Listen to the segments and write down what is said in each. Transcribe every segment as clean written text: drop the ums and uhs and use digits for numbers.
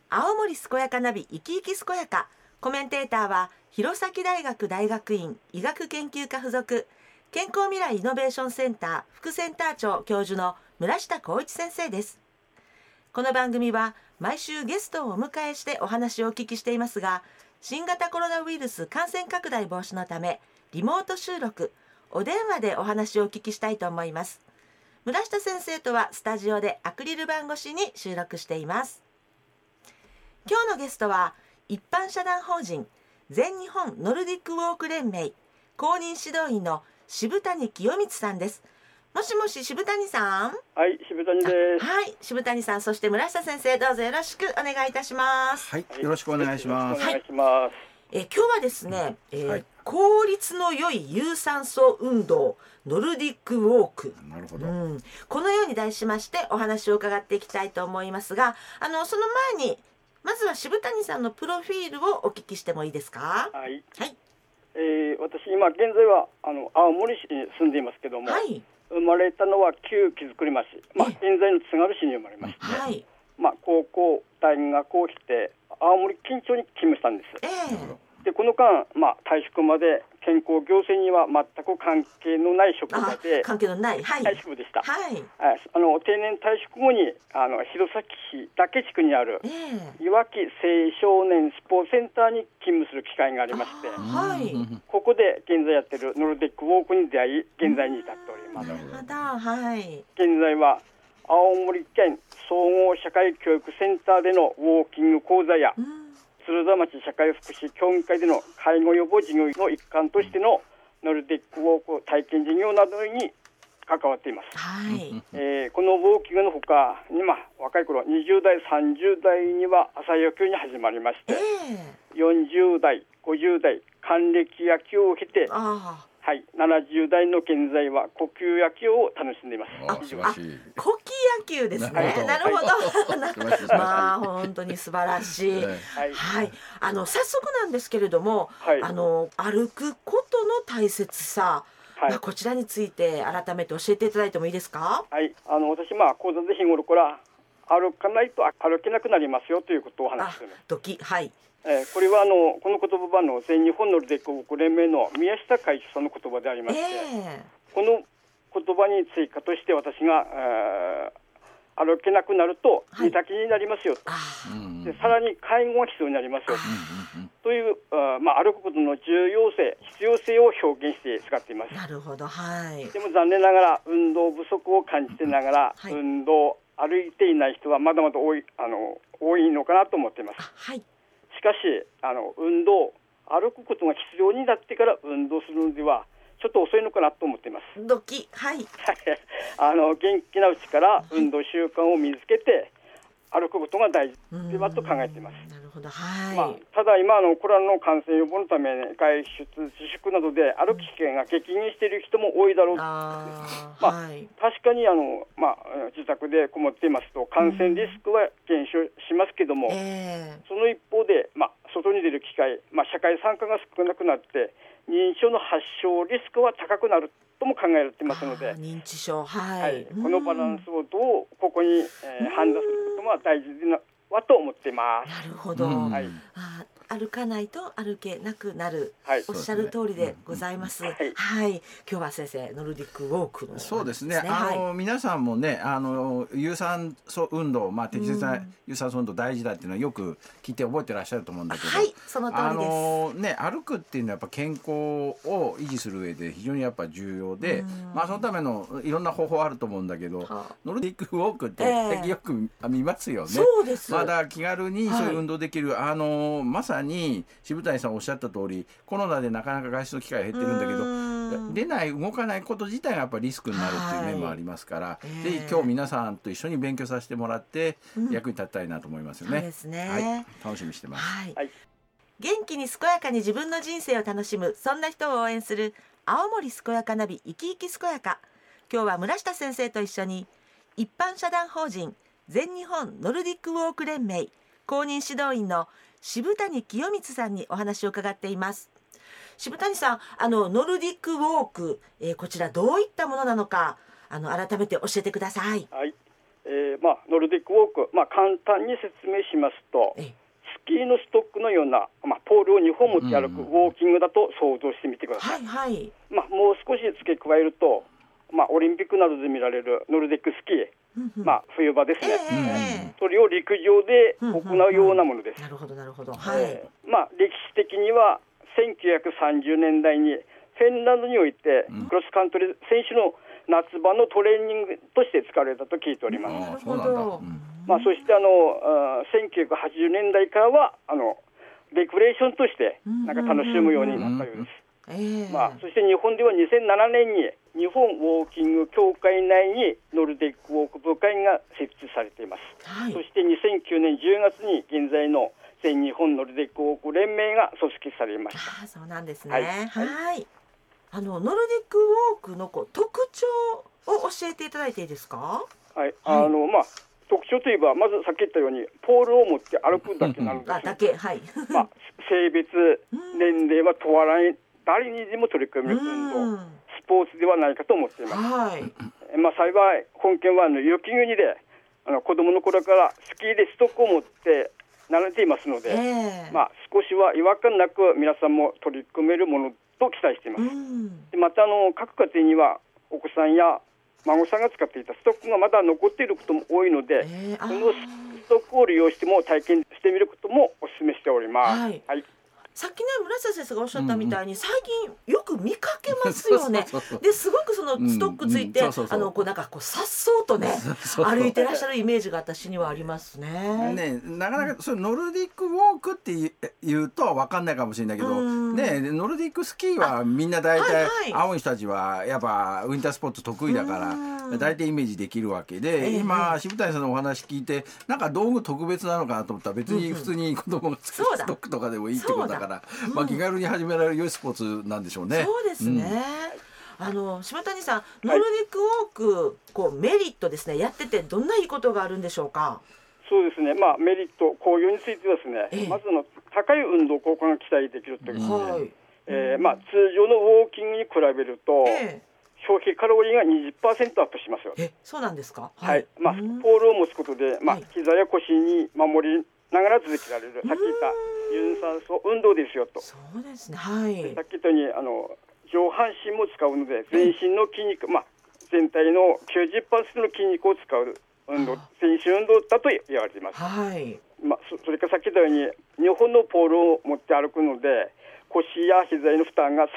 青森健やかナビ生き生き健やか。コメンテーターは弘前大学大学院医学研究科附属健康未来イノベーションセンター副センター長教授の村下光一先生です。この番組は毎週ゲストをお迎えしてお話をお聞きしていますが、新型コロナウイルス感染拡大防止のためリモート収録、お電話でお話をお聞きしたいと思います。村下先生とはスタジオでアクリル板越しに収録しています。今日のゲストは一般社団法人全日本ノルディックウォーク連盟公認指導員の渋谷清光さんです。もしもし渋谷さん。 はい、渋谷です。 はい、渋谷さん、そして村下先生、どうぞよろしくお願いいたします。 はい、よろしくお願いします。 お願いします。 今日はですね、効率の良い有酸素運動ノルディックウォーク、 なるほど、 このように題しましてお話を伺っていきたいと思いますが、その前にまずは渋谷さんのプロフィールをお聞きしてもいいですか。 はい、 はい。 私今現在は青森市に住んでいますけども、 はい、 生まれたのは旧木造町、現在の津軽市に生まれまして、 はい、 高校大学をして青森近町に勤務したんです。でこの間、退職まで健康行政には全く関係のない職場で、 関係のない、はい、 退職部でした。 はい、 定年退職後に弘前市岳地区にある、いわき青少年スポーツセンターに勤務する機会がありまして、 はい、 ここで現在やっているノルディックウォークに出会い、現在に至っております。 はい、 現在は青森県総合社会教育センターでのウォーキング講座や、鶴田町社会福祉協議会での介護予防事業の一環としてのノルディックウォーク体験事業などに関わっています。 はい、 このウォーキングのほかに、若い頃20代30代には朝野球に始まりまして、40代50代還暦野球を経て、70代の現在は呼吸野球を楽しんでいます。 呼吸野球ですね。なるほど。本当に素晴らしい。はい。早速なんですけれども、歩くことの大切さ、こちらについて改めて教えていただいてもいいですか。 はい。私講座で日頃から歩かないと歩けなくなりますよということをお話ししています。 はい。 これはこの言葉は全日本ノルディックウォーク連盟の宮下会長さんの言葉でありまして、この言葉に追加として私が歩けなくなると寝たきりになりますよと、でさらに介護が必要になりますよという、歩くことの重要性必要性を表現して使っています。 なるほど。はい。 でも残念ながら運動不足を感じてながら、運動歩いていない人はまだまだ多いのかなと思っています。 はい。 しかし運動歩くことが必要になってから運動するのではちょっと遅いのかなと思っています。 はい。 元気なうちから運動習慣を見つけて歩くことが大事ではと考えています。 なるほど。はい。 ただ今コロナの感染予防のため、外出自粛などで歩く危険が激減している人も多いだろうと。確かに自宅でこもっていますと感染リスクは減少しますけども、その一方で、外に出る機会、社会参加が少なくなって認知症の発症リスクは高くなるとも考えられていますので、 認知症、このバランスをどうここに、判断することが大事だと思っています。 なるほど。歩かないと歩けなくなる、おっしゃる通りでございます。はい。今日は先生ノルディックウォークのそうですね。皆さんもね有酸素運動、適切な有酸素運動大事だっていうのはよく聞いて覚えてらっしゃると思うんだけど、 その通りです。 歩くっていうのはやっぱ健康を維持する上で非常にやっぱ重要で、そのためのいろんな方法あると思うんだけど、ノルディックウォークってよく見ますよね。 そうです。 まだ気軽にそういう運動できる、まさに渋谷さんおっしゃった通りコロナでなかなか外出の機会が減ってるんだけど、出ない動かないこと自体がやっぱりリスクになるっていう面もありますから、ぜひ今日皆さんと一緒に勉強させてもらって役に立ちたいなと思いますよね。 そうですね。 楽しみにしてます。 元気に健やかに自分の人生を楽しむ、そんな人を応援する青森健やかナビ生き生き健やか。今日は村下先生と一緒に一般社団法人全日本ノルディックウォーク連盟公認指導員の渋谷清光さんにお話を伺っています。渋谷さん、ノルディックウォーク、こちらどういったものなのか改めて教えてください。 はい。 ノルディックウォーク、簡単に説明しますと、スキーのストックのような、ポールを2本持って歩くウォーキングだと想像してみてください。もう少し付け加えると、オリンピックなどで見られるノルディックスキー、冬場ですね、それを陸上で行うようなものです。 なるほどなるほど。 歴史的には1930年代にフィンランドにおいてクロスカントリー選手の夏場のトレーニングとして使われたと聞いております。 なるほど。 そして1980年代からはレクレーションとして楽しむようになったようです。そして日本では2007年に日本ウォーキング協会内にノルディックウォーク部会が設置されています。そして2009年10月に現在の全日本ノルディックウォーク連盟が組織されました。 そうなんですね。ノルディックウォークの特徴を教えていただいていいですか？ 特徴といえば、まずさっき言ったようにポールを持って歩くだけなのです。性別、年齢は問わない誰にでも取り組める運動、スポーツではないかと思っています。幸い本県は雪国で子供の頃からスキーでストックを持って慣れていますので、少しは違和感なく皆さんも取り組めるものと期待しています。また各家庭にはお子さんや孫さんが使っていたストックがまだ残っていることも多いので、そのストックを利用しても体験してみることもお勧めしております。 さっきね村瀬先生がおっしゃったみたいに、最近よく見かけますよね。ですごくそのストックついてさっそうとね歩いてらっしゃるイメージが私にはありますね。 なかなかそれノルディックウォークって言うと分かんないかもしれないけど、ノルディックスキーはみんな大体青い人たちはやっぱウィンタースポーツ得意だから大体イメージできるわけで、今渋谷さんのお話聞いてなんか道具特別なのかなと思ったら、別に普通に子供が使うストックとかでもいいってことだから、気軽に始められる良いスポーツなんでしょうね。 そうですね。島谷さん、ノルディックウォークメリットですね、やっててどんないいことがあるんでしょうか？ そうですね、メリット効用についてはですね、まず高い運動効果が期待できるということで、通常のウォーキングに比べると、消費カロリーが 20% アップしますよ。 そうなんですか？ ポールを持つことで、膝や腰に守りながら続けられる、さっき言った有酸素運動ですよと。 そうですね。 さっき言ったように上半身も使うので、全身の筋肉、全体の 90% の筋肉を使う運動、全身運動だと言われています。それからさっき言ったように日本のポールを持って歩くので、腰や膝への負担が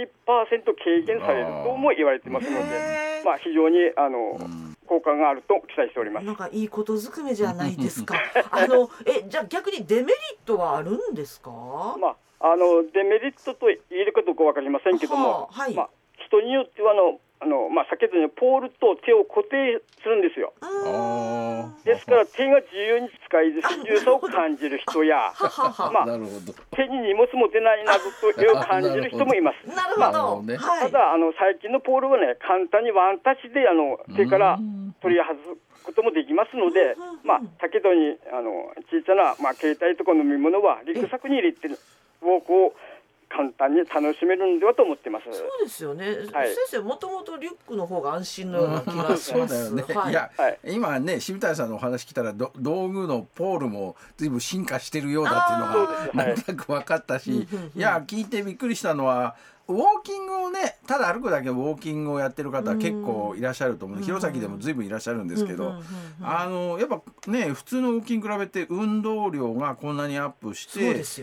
30% 軽減されるとも言われていますので、非常に効果があると期待しております。 なんかいいことずくめじゃないですか。じゃあ逆にデメリットはあるんですか？ デメリットと言えるかどうか分かりませんけども、人によってはさっき言ったようにポールと手を固定するんですよ。ですから手が自由に使い不自由さを感じる人や手に荷物も出ないなどという感じる人もいます。ただ最近のポールはね、簡単にワンタッチで手から取り外すこともできますので、先ほどに小さな携帯とか飲み物はリュックサックに入れてウォークを簡単に楽しめるのではと思っています。 そうですよね。先生もともとリュックの方が安心のような気がします。 そうだよね。いや、今ね渋谷さんのお話聞いたら道具のポールも随分進化してるようだっていうのがなんとなく分かったし、いや聞いてびっくりしたのは、ウォーキングをね、ただ歩くだけウォーキングをやってる方は結構いらっしゃると思う。弘前でも随分いらっしゃるんですけど、やっぱね普通のウォーキング比べて運動量がこんなにアップして、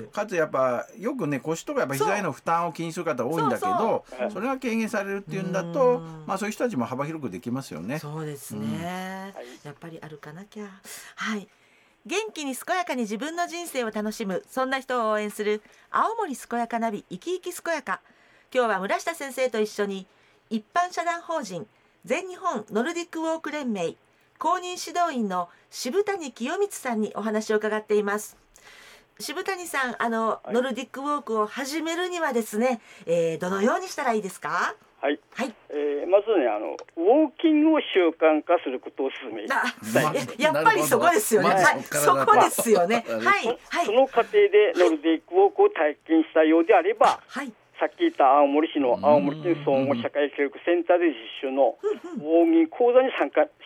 かつやっぱよくね腰とかやっぱ膝への負担を気にする方多いんだけど、それが軽減されるっていうんだと、そういう人たちも幅広くできますよね。 そうですね。やっぱり歩かなきゃ。元気に健やかに自分の人生を楽しむ、そんな人を応援する青森健やかナビ、生き生き健やか。今日は村下先生と一緒に一般社団法人全日本ノルディックウォーク連盟公認指導員の渋谷清光さんにお話を伺っています。渋谷さん、ノルディックウォークを始めるにはですね、どのようにしたらいいですか？ まずね、ウォーキングを習慣化することを勧めたい。 やっぱりそこですよね。そこですよね。 その過程でノルディックウォークを体験したようであれば、さっき言った青森市の青森県総合社会教育センターで実習のウォーキング講座に参加して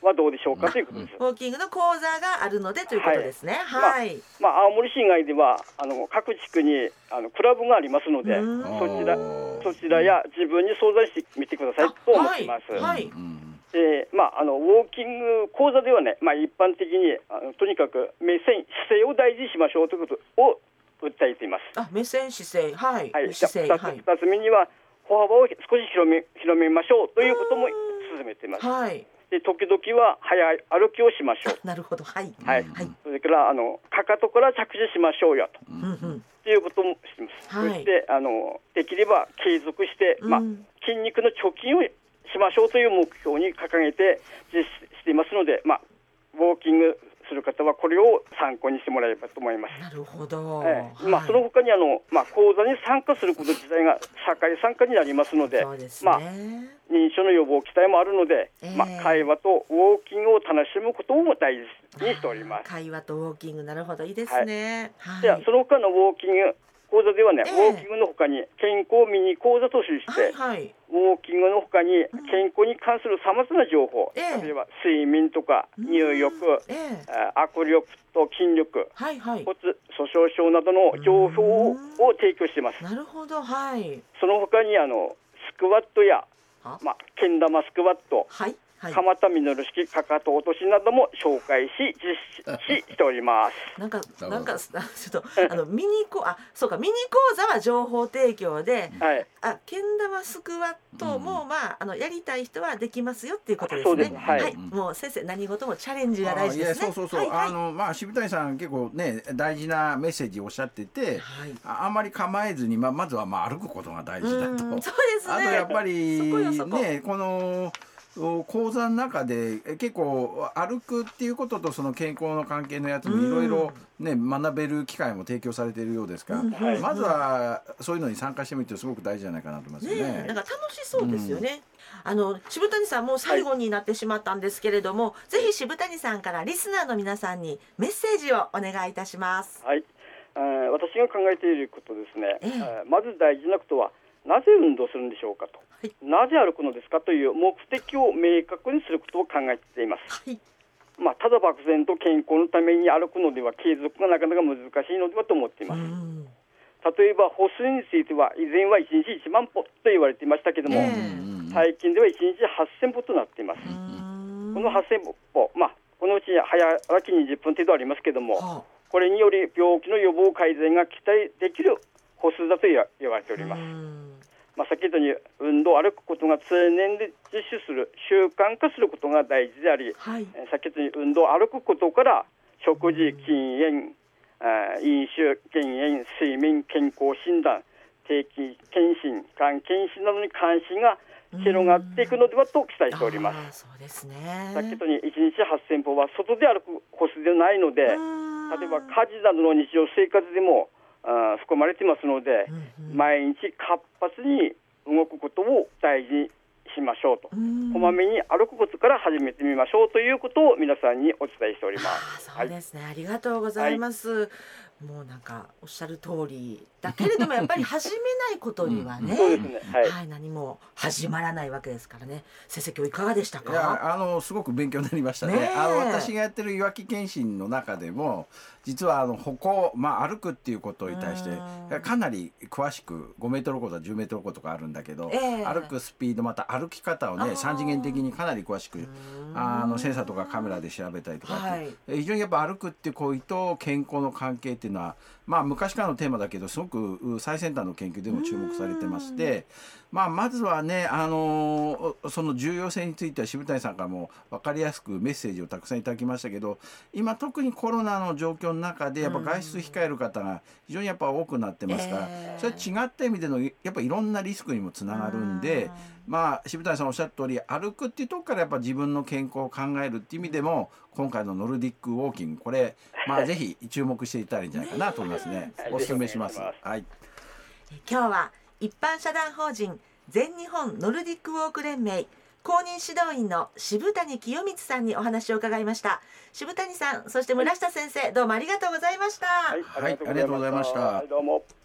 はどうでしょうかということです。 ウォーキングの講座があるのでということですね。 はい。青森市以外では各地区にクラブがありますので、そちらや自分に相談してみてくださいと思っています。はい。ウォーキング講座ではね、一般的にとにかく目線姿勢を大事にしましょうということを訴えています。 目線姿勢、はい。 2つ目には歩幅を少し広めましょうということも進めています。はい。で時々は早い歩きをしましょう。 なるほど、はい。 はい。それからかかとから着地しましょうよということもしています。そしてできれば継続して、筋肉の貯金をしましょうという目標に掲げて実施していますので、ウォーキングする方はこれを参考にしてもらえればと思います。 なるほど。 その他に講座に参加すること自体が社会参加になりますので、 そうですね。 認知症の予防期待もあるので、会話とウォーキングを楽しむことを大事にしております。 会話とウォーキング、なるほど、いいですね。 じゃあその他のウォーキング講座ではね、ウォーキングの他に健康ミニ講座として、ウォーキングの他に健康に関するさまざまな情報、例えば睡眠とか入浴、握力と筋力、骨粗鬆症などの情報を提供しています。 なるほど、はい。 その他にスクワットやけん玉スクワット、鎌田実式かかと落としなども紹介し実施しております。 なんかちょっとミニ講座は情報提供で、けん玉スクワットもやりたい人はできますよっていうことですね。はい。もう先生、何事もチャレンジが大事ですね。 そう渋谷さん結構ね大事なメッセージをおっしゃってて、あんまり構えずにまずは歩くことが大事だと。 そうですね。 あとやっぱりねこの講座の中で結構歩くっていうこととその健康の関係のやつもいろいろね学べる機会も提供されているようですから、まずはそういうのに参加してみるとすごく大事じゃないかなと思いますね。 なんか楽しそうですよね。渋谷さんもう最後になってしまったんですけれども、ぜひ渋谷さんからリスナーの皆さんにメッセージをお願いいたします。 はい。私が考えていることですね。まず大事なことはなぜ運動するんでしょうかと。なぜ歩くのですかという目的を明確にすることを考えています。ただ漠然と健康のために歩くのでは継続がなかなか難しいのではと思っています。例えば歩数については以前は1日1万歩と言われていましたけれども、最近では1日8000歩となっています。この8000歩、このうち早歩き20分程度ありますけれども、これにより病気の予防改善が期待できる歩数だと言われております。先ほどに運動を歩くことが通年で実施する習慣化することが大事であり、先ほどに運動を歩くことから食事、禁煙、飲酒、減塩、睡眠、健康診断、定期検診、がん検診などに関心が広がっていくのではと期待しております。 そうですね。 先ほどに1日8000歩は外で歩く歩数ではないので、例えば家事などの日常生活でも含まれていますので、毎日活発に動くことを大事にしましょうと、こまめに歩くことから始めてみましょうということを皆さんにお伝えしております。 そうですね、ありがとうございます。もうなんかおっしゃる通りだけれども、やっぱり始めないことにはね、何も始まらないわけですからね。先生、今日いかがでしたか？ いや、すごく勉強になりましたね。私がやってるいわき検診の中でも実は歩行、歩くっていうことに対してかなり詳しく5メートル歩とか10メートル歩とかあるんだけど、歩くスピードまた歩き方をね3次元的にかなり詳しくセンサーとかカメラで調べたりとかって、非常にやっぱ歩くっていう行為と健康の関係っていうのは昔からのテーマだけどすごく最先端の研究でも注目されてまして、まずはねその重要性については渋谷さんからも分かりやすくメッセージをたくさんいただきましたけど、今特にコロナの状況の中でやっぱ外出控える方が非常にやっぱ多くなってますから、それは違った意味でのやっぱいろんなリスクにもつながるんで、渋谷さんおっしゃった通り歩くっていうところからやっぱ自分の健康を考えるっていう意味でも今回のノルディックウォーキング、これぜひ注目していただいたらいいんじゃないかなと思いますね。お勧めします。はい。 今日は一般社団法人全日本ノルディックウォーク連盟公認指導員の渋谷清光さんにお話を伺いました。渋谷さん、そして村下先生、どうもありがとうございました。 はい、ありがとうございました。 どうも。